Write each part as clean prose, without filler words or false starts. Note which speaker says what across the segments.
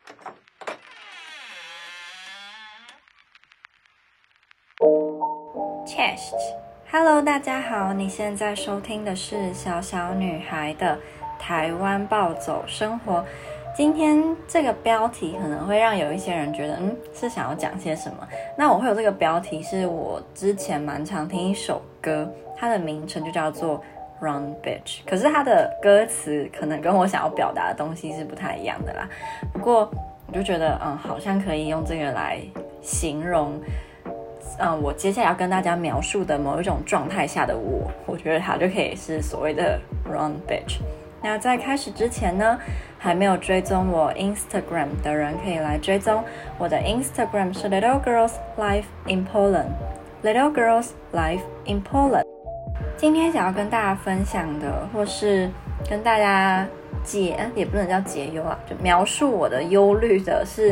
Speaker 1: Hello， 大家好，你现在收听的是小小女孩的台湾暴走生活。今天这个标题可能会让有一些人觉得是想要讲些什么。那我会有这个标题是我之前蛮常听一首歌，它的名称就叫做 Run Bitch， 可是它的歌词可能跟我想要表达的东西是不太一样的啦。不过我就觉得好像可以用这个来形容我接下来要跟大家描述的某一种状态下的我觉得它就可以是所谓的 Run Bitch。那在开始之前呢，还没有追踪我 Instagram 的人可以来追踪我的 Instagram 是 Little Girls Life in Poland Little Girls Life in Poland。 今天想要跟大家分享的，或是跟大家也不能叫解忧啊，就描述我的忧虑的是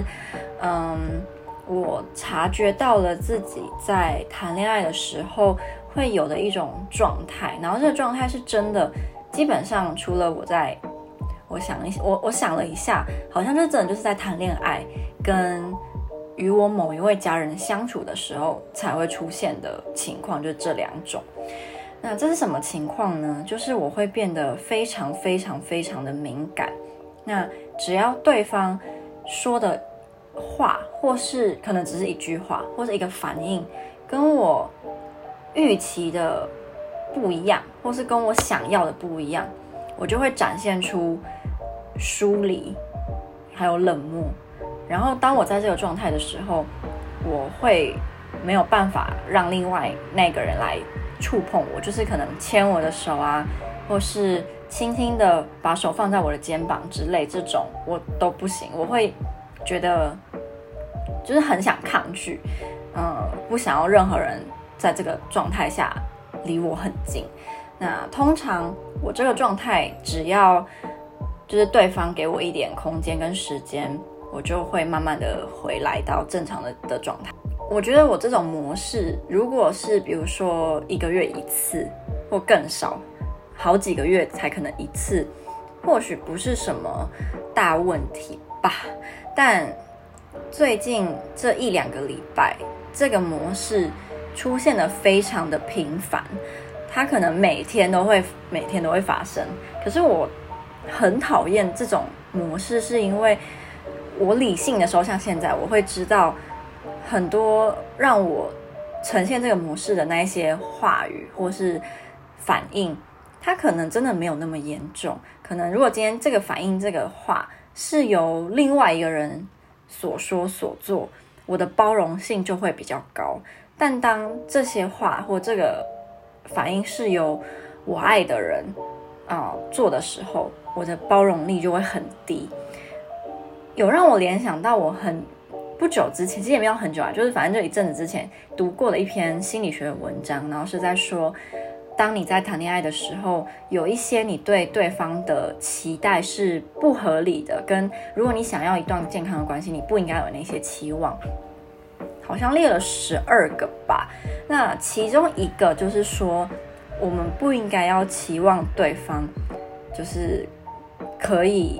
Speaker 1: 我察觉到了自己在谈恋爱的时候会有的一种状态，然后这个状态是真的，基本上除了我想了一下，好像就真的就是在谈恋爱跟与我某一位家人相处的时候才会出现的情况，就是这两种。那这是什么情况呢？就是我会变得非常非常非常的敏感，那只要对方说的话，或是可能只是一句话，或是一个反应跟我预期的不一样，或是跟我想要的不一样，我就会展现出疏离还有冷漠。然后当我在这个状态的时候，我会没有办法让另外那个人来触碰我，就是可能牵我的手啊，或是轻轻的把手放在我的肩膀之类，这种我都不行。我会觉得就是很想抗拒，不想要任何人在这个状态下离我很近。那通常我这个状态，只要就是对方给我一点空间跟时间，我就会慢慢的回来到正常的状态。我觉得我这种模式，如果是比如说1个月一次或更少，好几个月才可能一次，或许不是什么大问题吧。但最近这1-2个礼拜，这个模式出现得非常的频繁，它可能每天都会发生。可是我很讨厌这种模式，是因为我理性的时候，像现在我会知道很多让我呈现这个模式的那一些话语或是反应，它可能真的没有那么严重。可能如果今天这个反应这个话是由另外一个人所说所做，我的包容性就会比较高。但当这些话或这个反应是由我爱的人做的时候，我的包容力就会很低。有让我联想到我很不久之前，其实也没有很久啊，就是反正就一阵子之前读过的一篇心理学的文章，然后是在说，当你在谈恋爱的时候，有一些你对对方的期待是不合理的，跟如果你想要一段健康的关系，你不应该有那些期望。好像列了12个吧。那其中一个就是说，我们不应该要期望对方就是可以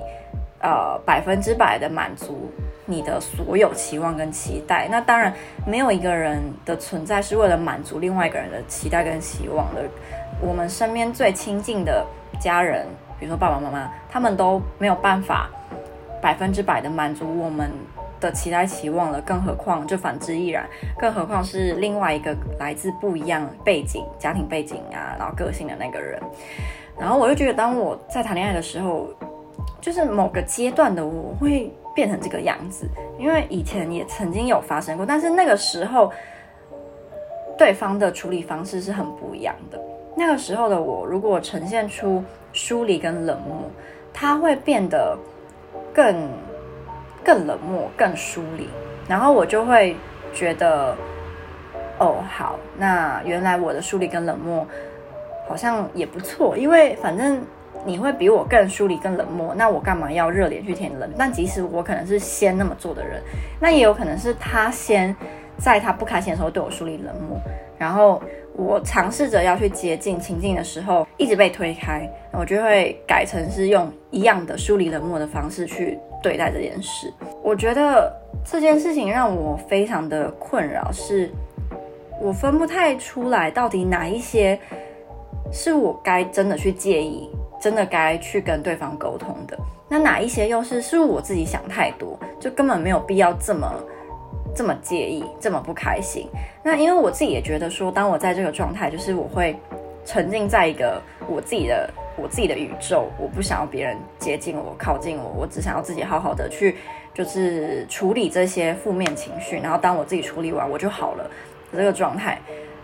Speaker 1: 100%的满足你的所有期望跟期待。那当然没有一个人的存在是为了满足另外一个人的期待跟期望的。我们身边最亲近的家人，比如说爸爸妈妈，他们都没有办法100%的满足我们的期待期望了，更何况就反之亦然，更何况是另外一个来自不一样背景、家庭背景啊，然后个性的那个人。然后我就觉得，当我在谈恋爱的时候，就是某个阶段的我会变成这个样子，因为以前也曾经有发生过，但是那个时候对方的处理方式是很不一样的。那个时候的我，如果呈现出疏离跟冷漠，他会变得更冷漠、更疏离，然后我就会觉得，好，那原来我的疏离跟冷漠好像也不错，因为反正你会比我更疏离更冷漠，那我干嘛要热脸去舔你冷？但即使我可能是先那么做的人，那也有可能是他先在他不开心的时候对我疏离冷漠，然后我尝试着要去接近亲近的时候一直被推开，我就会改成是用一样的疏离冷漠的方式去对待这件事。我觉得这件事情让我非常的困扰，是我分不太出来到底哪一些是我该真的去介意，真的该去跟对方沟通的，那哪一些又是我自己想太多，就根本没有必要这么介意，这么不开心。那因为我自己也觉得说，当我在这个状态，就是我会沉浸在一个我自己的宇宙，我不想要别人接近我靠近我，我只想要自己好好的去就是处理这些负面情绪，然后当我自己处理完我就好了这个状态。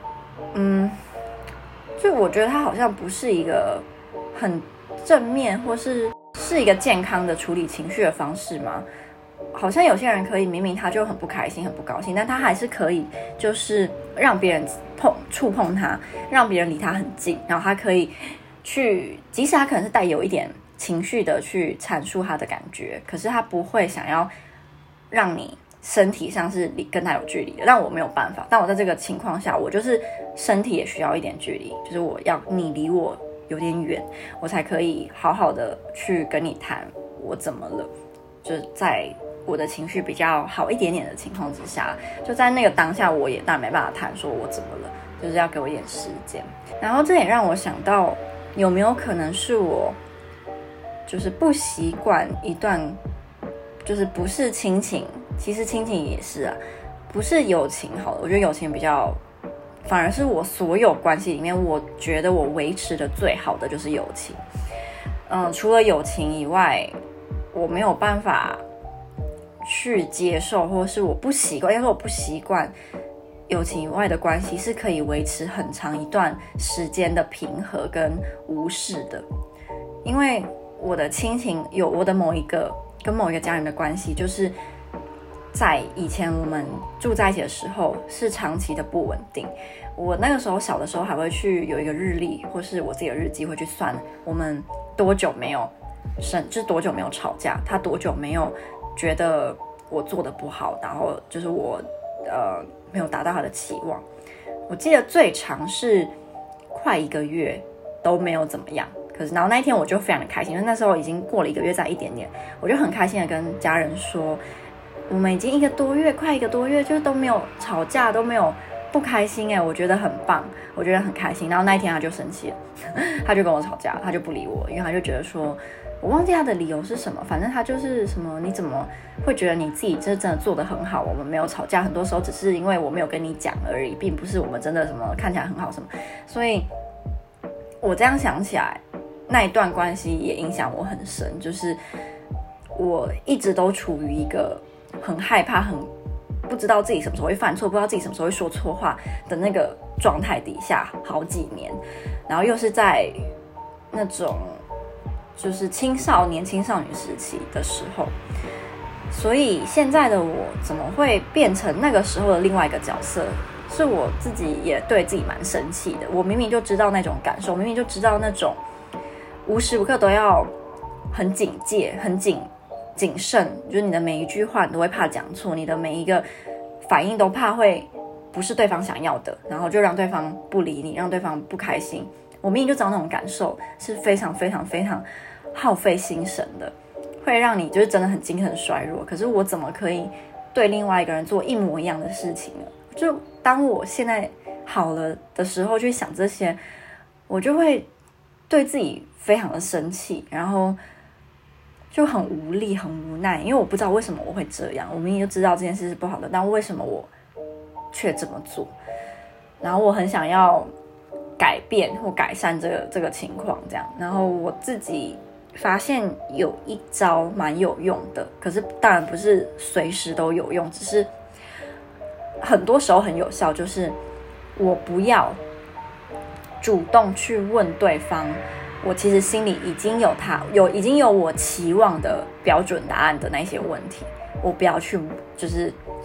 Speaker 1: 就我觉得它好像不是一个很正面或是一个健康的处理情绪的方式吗？好像有些人可以明明他就很不开心很不高兴，但他还是可以就是让别人触碰他，让别人离他很近，然后他可以去，即使他可能是带有一点情绪的去阐述他的感觉，可是他不会想要让你身体上是跟他有距离的。但我没有办法，但我在这个情况下，我就是身体也需要一点距离，就是我要你离我有点远，我才可以好好的去跟你谈我怎么了，就是在我的情绪比较好一点点的情况之下，就在那个当下我也当然没办法谈说我怎么了，就是要给我一点时间。然后这也让我想到，有没有可能是我就是不习惯一段就是不是亲情，其实亲情也是啊，不是友情好了，我觉得友情比较，反而是我所有关系里面，我觉得我维持的最好的就是友情。除了友情以外，我没有办法去接受，或是我不习惯，因为我不习惯友情以外的关系是可以维持很长一段时间的平和跟无视的。因为我的亲情有我的跟某一个家人的关系，就是在以前我们住在一起的时候是长期的不稳定。我那个时候小的时候还会去有一个日历，或是我自己的日记，会去算我们多久没有就是多久没有吵架，他多久没有觉得我做的不好，然后就是我没有达到他的期望。我记得最长是快1个月都没有怎么样，可是然后那一天我就非常的开心，因为那时候已经过了1个月再一点点，我就很开心的跟家人说，我们已经快1个多月就是都没有吵架，都没有不开心，我觉得很棒，我觉得很开心。然后那一天他就生气了他就跟我吵架，他就不理我，因为他就觉得说，我忘记他的理由是什么，反正他就是什么，你怎么会觉得你自己真的做得很好，我们没有吵架，很多时候只是因为我没有跟你讲而已，并不是我们真的什么看起来很好什么。所以我这样想起来，那一段关系也影响我很深，就是我一直都处于一个很害怕，很不知道自己什么时候会犯错，不知道自己什么时候会说错话的那个状态底下好几年，然后又是在那种就是青少女时期的时候，所以现在的我怎么会变成那个时候的另外一个角色，是我自己也对自己蛮生气的。我明明就知道那种感受，明明就知道那种无时无刻都要很警戒很谨慎，就是你的每一句话你都会怕讲错，你的每一个反应都怕会不是对方想要的，然后就让对方不理你，让对方不开心。我明明就知道那种感受是非常非常非常耗费心神的，会让你就是真的很精神衰弱。可是我怎么可以对另外一个人做一模一样的事情呢？就当我现在好了的时候去想这些，我就会对自己非常的生气，然后就很无力很无奈，因为我不知道为什么我会这样。我明明就知道这件事是不好的，但为什么我却这么做？然后我很想要改变或改善这个情况，这样。然后我自己发现有一招蛮有用的，可是当然不是随时都有用，只是很多时候很有效，就是我不要主动去问对方，我其实心里已经有我期望的标准答案的那些问题，我不要去就是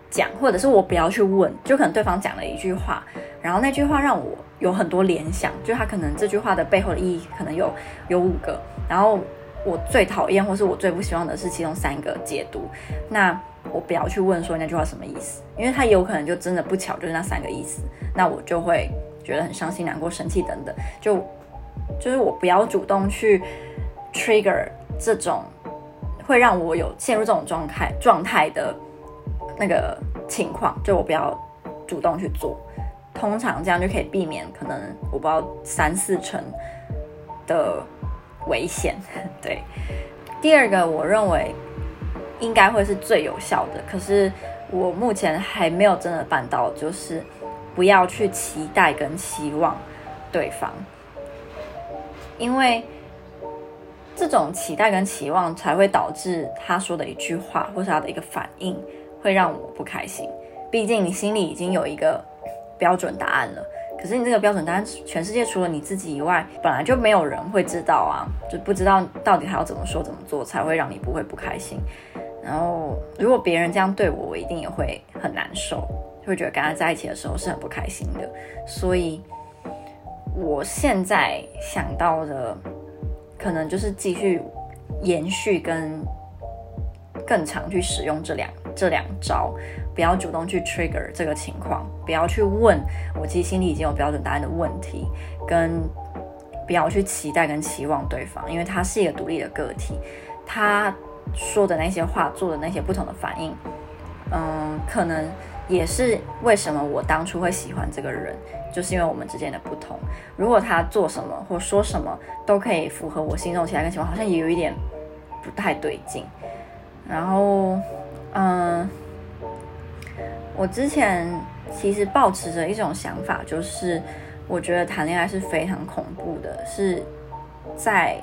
Speaker 1: 讲，或者是我不要去问，就可能对方讲了一句话，然后那句话让我有很多联想，就他可能这句话的背后的意义可能有5个，然后我最讨厌或是我最不希望的是其中3个解读，那我不要去问说那句话什么意思，因为他有可能就真的不巧就是那3个意思，那我就会觉得很伤心、难过、生气等等，就是我不要主动去 trigger 这种会让我有陷入这种状态的那个情况，就我不要主动去做，通常这样就可以避免可能我不知道3-4成的危险。对，第二个我认为应该会是最有效的，可是我目前还没有真的办到，就是不要去期待跟期望对方，因为这种期待跟期望才会导致他说的一句话或是他的一个反应会让我不开心。毕竟你心里已经有一个标准答案了，可是你这个标准答案全世界除了你自己以外本来就没有人会知道啊，就不知道到底他要怎么说怎么做才会让你不开心。然后如果别人这样对我，我一定也会很难受，会觉得跟他在一起的时候是很不开心的。所以我现在想到的可能就是继续延续跟更常去使用这两招，不要主动去 trigger 这个情况，不要去问我其实心里已经有标准答案的问题，跟不要去期待跟期望对方，因为他是一个独立的个体，他说的那些话做的那些不同的反应，可能也是为什么我当初会喜欢这个人，就是因为我们之间的不同。如果他做什么或说什么都可以符合我心中期待跟期望，好像也有一点不太对劲。然后我之前其实抱持着一种想法，就是我觉得谈恋爱是非常恐怖的，是在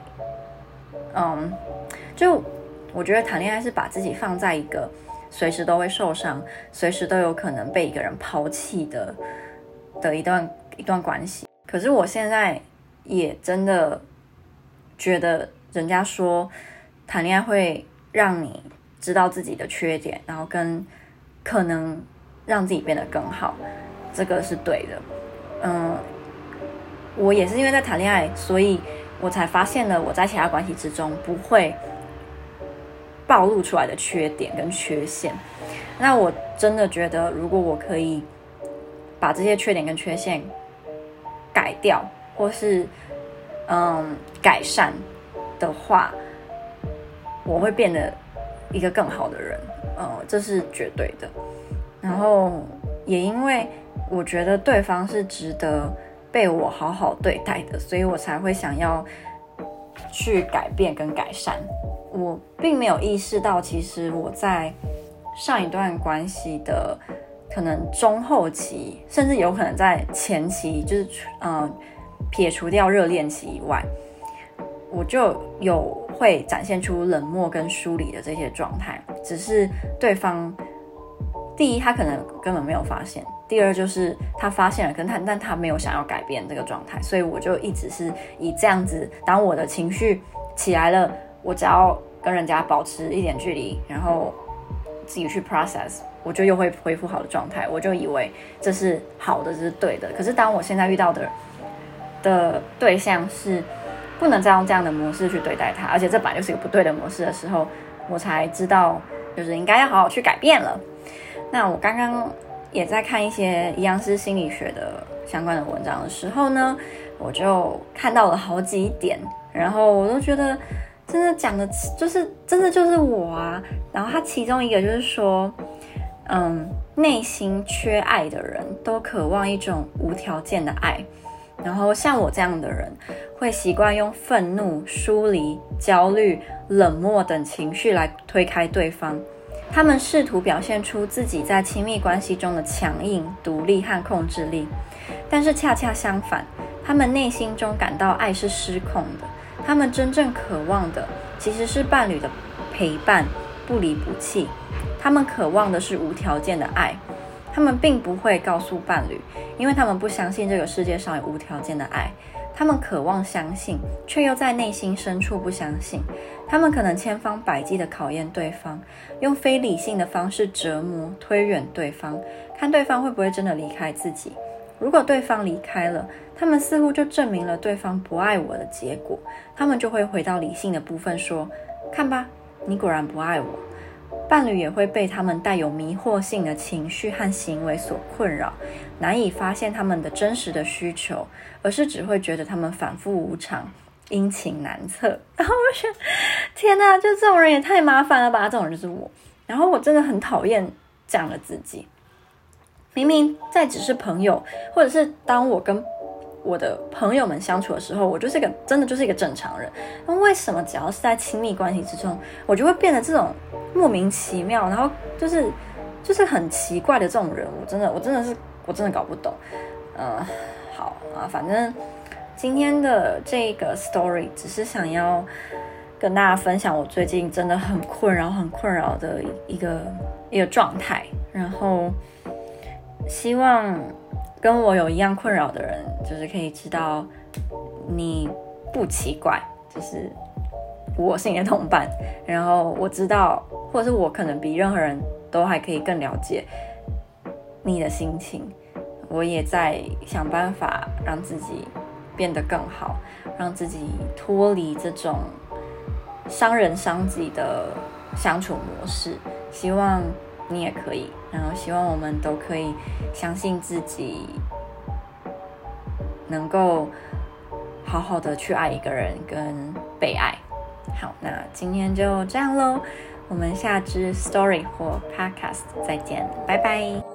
Speaker 1: 就我觉得谈恋爱是把自己放在一个随时都会受伤，随时都有可能被一个人抛弃的一段关系。可是我现在也真的觉得人家说谈恋爱会让你知道自己的缺点，然后跟可能让自己变得更好，这个是对的。我也是因为在谈恋爱，所以我才发现了我在其他关系之中不会暴露出来的缺点跟缺陷。那我真的觉得如果我可以把这些缺点跟缺陷改掉或是改善的话，我会变得一个更好的人，这是绝对的。然后也因为我觉得对方是值得被我好好对待的，所以我才会想要去改变跟改善。我并没有意识到，其实我在上一段关系的可能中后期，甚至有可能在前期，就是撇除掉热恋期以外，我就有会展现出冷漠跟疏离的这些状态。只是对方第一他可能根本没有发现，第二就是他发现了，但他没有想要改变这个状态，所以我就一直是以这样子，当我的情绪起来了，我只要跟人家保持一点距离，然后自己去 process， 我就又会恢复好的状态，我就以为这是好的，这是对的。可是当我现在遇到的对象是不能再用这样的模式去对待他，而且这本来就是一个不对的模式的时候，我才知道就是应该要好好去改变了。那我刚刚也在看一些一样是心理学的相关的文章的时候呢，我就看到了好几点，然后我都觉得真的讲的就是真的就是我啊。然后他其中一个就是说内心缺爱的人都渴望一种无条件的爱，然后像我这样的人会习惯用愤怒、疏离、焦虑、冷漠等情绪来推开对方。他们试图表现出自己在亲密关系中的强硬、独立和控制力，但是恰恰相反，他们内心中感到爱是失控的。他们真正渴望的其实是伴侣的陪伴，不离不弃。他们渴望的是无条件的爱。他们并不会告诉伴侣，因为他们不相信这个世界上有无条件的爱。他们渴望相信，却又在内心深处不相信。 他们可能千方百计地考验对方，用非理性的方式折磨、推远对方，看对方会不会真的离开自己。如果对方离开了，他们似乎就证明了对方不爱我的结果，他们就会回到理性的部分说，看吧，你果然不爱我。伴侣也会被他们带有迷惑性的情绪和行为所困扰，难以发现他们的真实的需求，而是只会觉得他们反复无常，阴晴难测。然后我觉得天哪，就这种人也太麻烦了吧，这种人就是我。然后我真的很讨厌这样的自己，明明在只是朋友，或者是当我跟我的朋友们相处的时候，我就是真的就是一个正常人。那为什么只要是在亲密关系之中，我就会变得这种莫名其妙，然后就是很奇怪的这种人？我真的搞不懂。好啊，反正今天的这个 story 只是想要跟大家分享我最近真的很困扰的一个状态，然后希望跟我有一样困扰的人，就是可以知道你不奇怪，就是我是你的同伴，然后我知道，或者是我可能比任何人都还可以更了解你的心情，我也在想办法让自己变得更好，让自己脱离这种伤人伤己的相处模式，希望你也可以，然后希望我们都可以相信自己能够好好的去爱一个人跟被爱。好，那今天就这样咯，我们下支 story 或 podcast 再见，拜拜。